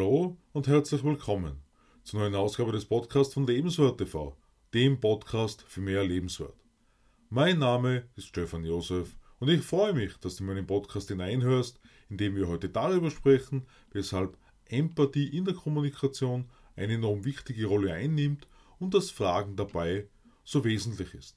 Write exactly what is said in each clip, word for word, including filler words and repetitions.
Hallo und herzlich willkommen zur neuen Ausgabe des Podcasts von Lebenswert T V, dem Podcast für mehr Lebenswert. Mein Name ist Stefan Josef und ich freue mich, dass du in meinen Podcast hineinhörst, in dem wir heute darüber sprechen, weshalb Empathie in der Kommunikation eine enorm wichtige Rolle einnimmt und das Fragen dabei so wesentlich ist.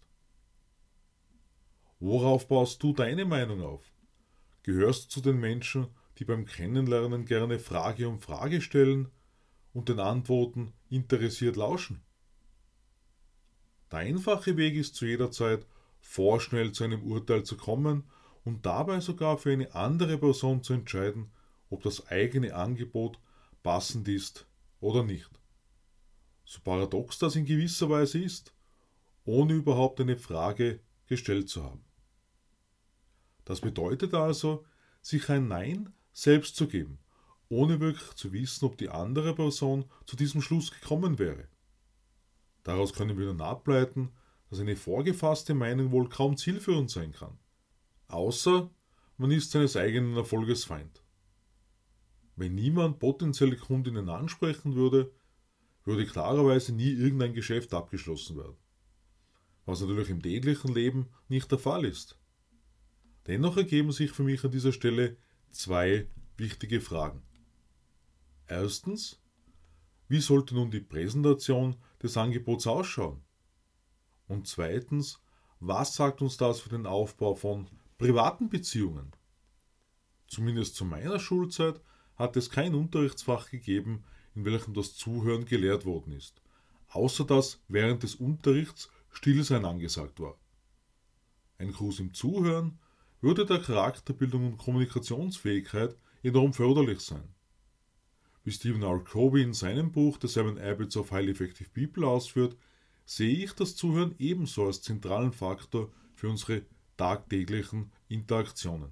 Worauf baust du deine Meinung auf? Gehörst du zu den Menschen, die beim Kennenlernen gerne Frage um Frage stellen und den Antworten interessiert lauschen? Der einfache Weg ist zu jeder Zeit, vorschnell zu einem Urteil zu kommen und dabei sogar für eine andere Person zu entscheiden, ob das eigene Angebot passend ist oder nicht. So paradox das in gewisser Weise ist, ohne überhaupt eine Frage gestellt zu haben. Das bedeutet also, sich ein Nein selbst zu geben, ohne wirklich zu wissen, ob die andere Person zu diesem Schluss gekommen wäre. Daraus können wir dann ableiten, dass eine vorgefasste Meinung wohl kaum zielführend sein kann. Außer man ist seines eigenen Erfolges Feind. Wenn niemand potenzielle Kundinnen ansprechen würde, würde klarerweise nie irgendein Geschäft abgeschlossen werden. Was natürlich im täglichen Leben nicht der Fall ist. Dennoch ergeben sich für mich an dieser Stelle zwei wichtige Fragen. Erstens, wie sollte nun die Präsentation des Angebots ausschauen? Und zweitens, was sagt uns das für den Aufbau von privaten Beziehungen? Zumindest zu meiner Schulzeit hat es kein Unterrichtsfach gegeben, in welchem das Zuhören gelehrt worden ist, außer dass während des Unterrichts Stillsein angesagt war. Ein Kurs im Zuhören würde der Charakterbildung und Kommunikationsfähigkeit enorm förderlich sein. Wie Stephen R. Covey in seinem Buch The Seven Habits of Highly Effective People ausführt, sehe ich das Zuhören ebenso als zentralen Faktor für unsere tagtäglichen Interaktionen.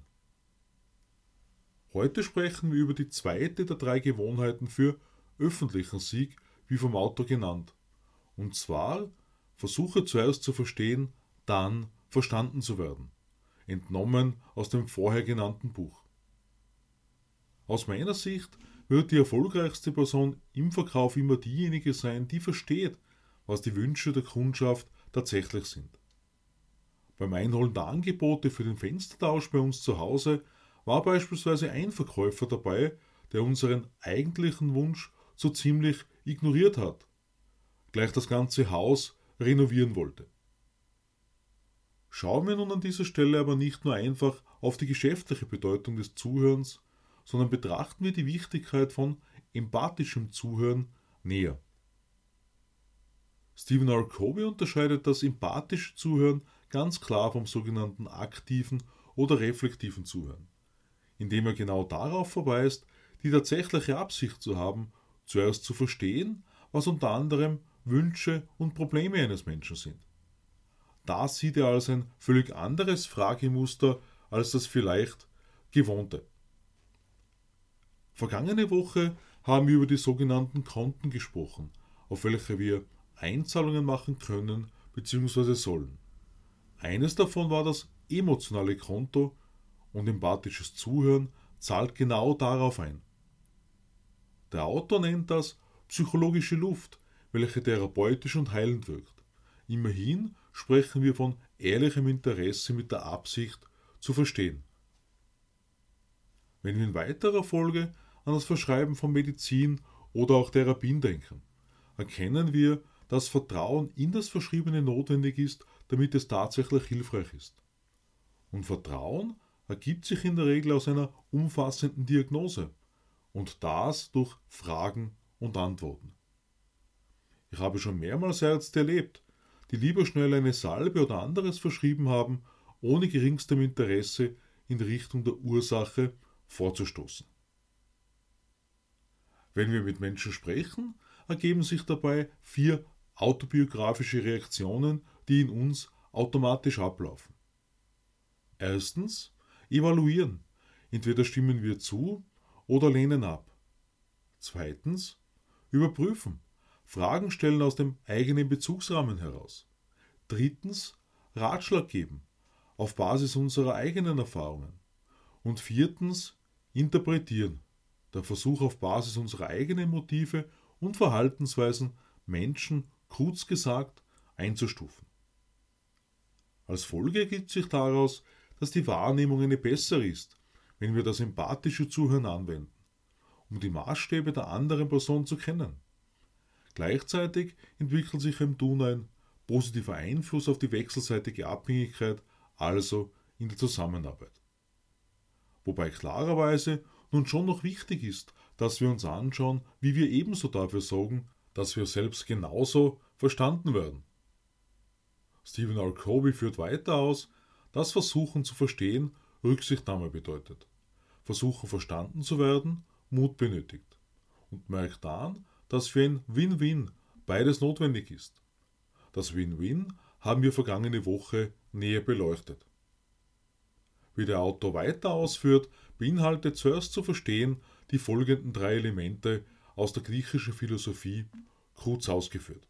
Heute sprechen wir über die zweite der drei Gewohnheiten für öffentlichen Sieg, wie vom Autor genannt. Und zwar, versuche zuerst zu verstehen, dann verstanden zu werden. Entnommen aus dem vorher genannten Buch. Aus meiner Sicht wird die erfolgreichste Person im Verkauf immer diejenige sein, die versteht, was die Wünsche der Kundschaft tatsächlich sind. Beim Einholen der Angebote für den Fenstertausch bei uns zu Hause war beispielsweise ein Verkäufer dabei, der unseren eigentlichen Wunsch so ziemlich ignoriert hat, gleich das ganze Haus renovieren wollte. Schauen wir nun an dieser Stelle aber nicht nur einfach auf die geschäftliche Bedeutung des Zuhörens, sondern betrachten wir die Wichtigkeit von empathischem Zuhören näher. Stephen R. Covey unterscheidet das empathische Zuhören ganz klar vom sogenannten aktiven oder reflektiven Zuhören, indem er genau darauf verweist, die tatsächliche Absicht zu haben, zuerst zu verstehen, was unter anderem Wünsche und Probleme eines Menschen sind. Da sieht er als ein völlig anderes Fragemuster als das vielleicht gewohnte. Vergangene Woche haben wir über die sogenannten Konten gesprochen, auf welche wir Einzahlungen machen können bzw. sollen. Eines davon war das emotionale Konto und empathisches Zuhören zahlt genau darauf ein. Der Autor nennt das psychologische Luft, welche therapeutisch und heilend wirkt. Immerhin sprechen wir von ehrlichem Interesse mit der Absicht zu verstehen. Wenn wir in weiterer Folge an das Verschreiben von Medizin oder auch Therapien denken, erkennen wir, dass Vertrauen in das Verschriebene notwendig ist, damit es tatsächlich hilfreich ist. Und Vertrauen ergibt sich in der Regel aus einer umfassenden Diagnose und das durch Fragen und Antworten. Ich habe schon mehrmals Ärzte erlebt, die lieber schnell eine Salbe oder anderes verschrieben haben, ohne geringstem Interesse in Richtung der Ursache vorzustoßen. Wenn wir mit Menschen sprechen, ergeben sich dabei vier autobiografische Reaktionen, die in uns automatisch ablaufen. Erstens, evaluieren. Entweder stimmen wir zu oder lehnen ab. Zweitens, überprüfen. Fragen stellen aus dem eigenen Bezugsrahmen heraus. Drittens, Ratschlag geben, auf Basis unserer eigenen Erfahrungen. Und viertens, interpretieren. der Versuch auf Basis unserer eigenen Motive und Verhaltensweisen Menschen, kurz gesagt, einzustufen. Als Folge ergibt sich daraus, dass die Wahrnehmung eine bessere ist, wenn wir das empathische Zuhören anwenden, um die Maßstäbe der anderen Person zu kennen. Gleichzeitig entwickelt sich im Tun ein positiver Einfluss auf die wechselseitige Abhängigkeit, also in der Zusammenarbeit. Wobei klarerweise nun schon noch wichtig ist, dass wir uns anschauen, wie wir ebenso dafür sorgen, dass wir selbst genauso verstanden werden. Stephen R. Covey führt weiter aus, dass Versuchen zu verstehen Rücksichtnahme bedeutet. Versuchen verstanden zu werden Mut benötigt. Und merkt an, dass für ein Win-Win beides notwendig ist. Das Win-Win haben wir vergangene Woche näher beleuchtet. Wie der Autor weiter ausführt, beinhaltet zuerst zu verstehen die folgenden drei Elemente aus der griechischen Philosophie, kurz ausgeführt.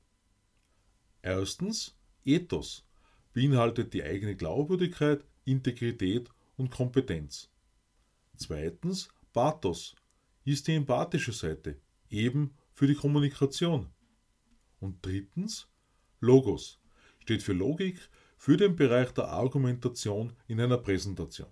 Erstens, Ethos beinhaltet die eigene Glaubwürdigkeit, Integrität und Kompetenz. Zweitens, Pathos ist die empathische Seite, eben für die Kommunikation. Und drittens, Logos steht für Logik, für den Bereich der Argumentation in einer Präsentation.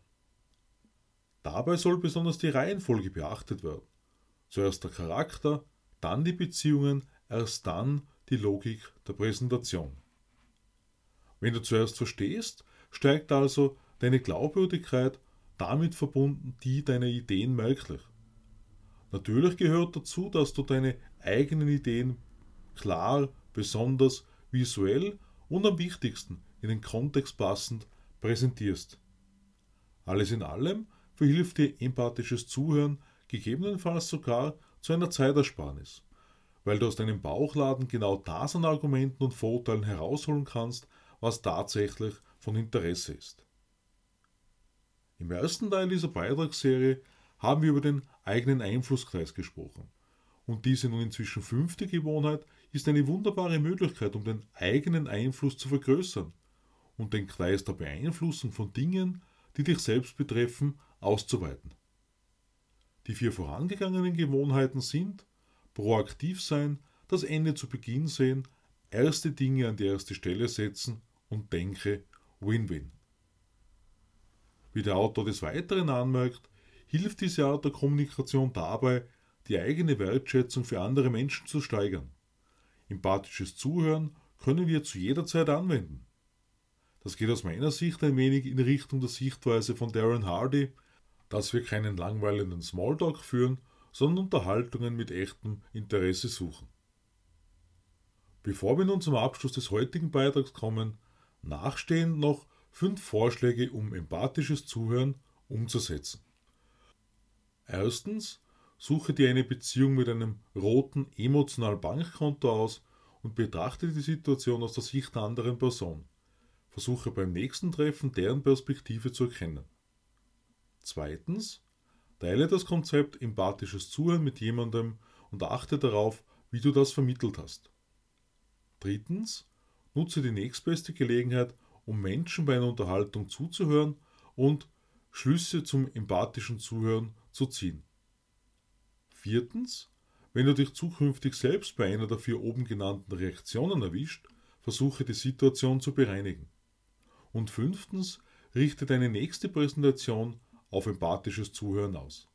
Dabei soll besonders die Reihenfolge beachtet werden. Zuerst der Charakter, dann die Beziehungen, erst dann die Logik der Präsentation. Wenn du zuerst verstehst, steigt also deine Glaubwürdigkeit, damit verbunden die deiner Ideen merklich. Natürlich gehört dazu, dass du deine eigenen Ideen klar, besonders, visuell und am wichtigsten in den Kontext passend präsentierst. Alles in allem verhilft dir empathisches Zuhören gegebenenfalls sogar zu einer Zeitersparnis, weil du aus deinem Bauchladen genau das an Argumenten und Vorurteilen herausholen kannst, was tatsächlich von Interesse ist. Im ersten Teil dieser Beitragsserie haben wir über den eigenen Einflusskreis gesprochen. Und diese nun inzwischen fünfte Gewohnheit ist eine wunderbare Möglichkeit, um den eigenen Einfluss zu vergrößern und den Kreis der Beeinflussung von Dingen, die dich selbst betreffen, auszuweiten. Die vier vorangegangenen Gewohnheiten sind: proaktiv sein, das Ende zu Beginn sehen, erste Dinge an die erste Stelle setzen und denke Win-Win. Wie der Autor des Weiteren anmerkt, hilft diese Art der Kommunikation dabei, die eigene Wertschätzung für andere Menschen zu steigern. Empathisches Zuhören können wir zu jeder Zeit anwenden. Das geht aus meiner Sicht ein wenig in Richtung der Sichtweise von Darren Hardy, dass wir keinen langweilenden Smalltalk führen, sondern Unterhaltungen mit echtem Interesse suchen. Bevor wir nun zum Abschluss des heutigen Beitrags kommen, nachstehend noch fünf Vorschläge, um empathisches Zuhören umzusetzen. Erstens, suche dir eine Beziehung mit einem roten emotionalen Bankkonto aus und betrachte die Situation aus der Sicht der anderen Person. Versuche beim nächsten Treffen deren Perspektive zu erkennen. Zweitens, teile das Konzept empathisches Zuhören mit jemandem und achte darauf, wie du das vermittelt hast. Drittens, nutze die nächstbeste Gelegenheit, um Menschen bei einer Unterhaltung zuzuhören und Schlüsse zum empathischen Zuhören zu ziehen. Viertens, wenn du dich zukünftig selbst bei einer der vier oben genannten Reaktionen erwischt, versuche die Situation zu bereinigen. Und fünftens, richte deine nächste Präsentation auf empathisches Zuhören aus.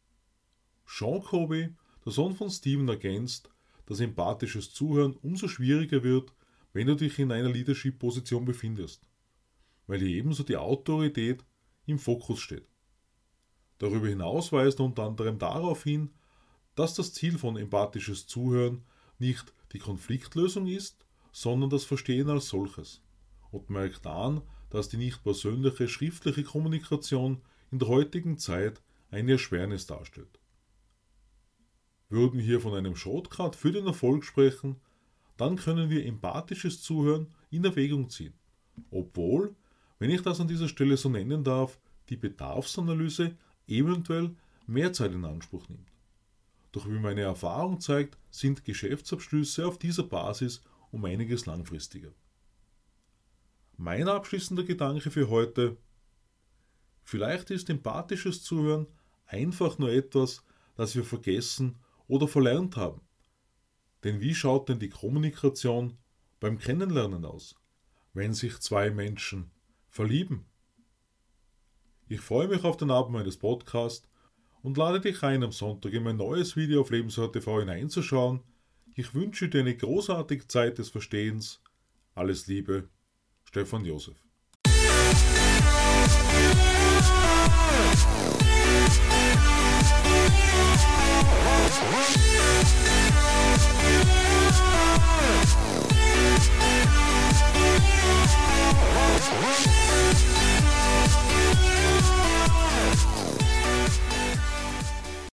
Sean Covey, der Sohn von Stephen, ergänzt, dass empathisches Zuhören umso schwieriger wird, wenn du dich in einer Leadership-Position befindest, weil hier ebenso die Autorität im Fokus steht. Darüber hinaus weist er unter anderem darauf hin, dass das Ziel von empathisches Zuhören nicht die Konfliktlösung ist, sondern das Verstehen als solches, und merkt an, dass die nicht persönliche schriftliche Kommunikation in der heutigen Zeit eine Erschwernis darstellt. Würden wir hier von einem Shortcut für den Erfolg sprechen, dann können wir empathisches Zuhören in Erwägung ziehen, obwohl, wenn ich das an dieser Stelle so nennen darf, die Bedarfsanalyse eventuell mehr Zeit in Anspruch nimmt. Doch wie meine Erfahrung zeigt, sind Geschäftsabschlüsse auf dieser Basis um einiges langfristiger. Mein abschließender Gedanke für heute: Vielleicht ist empathisches Zuhören einfach nur etwas, das wir vergessen oder verlernt haben. Denn wie schaut denn die Kommunikation beim Kennenlernen aus, wenn sich zwei Menschen verlieben? Ich freue mich auf den Abend meines Podcasts und lade dich ein, am Sonntag in mein neues Video auf Lebenswert T V hineinzuschauen. Ich wünsche dir eine großartige Zeit des Verstehens. Alles Liebe, Stefan Josef.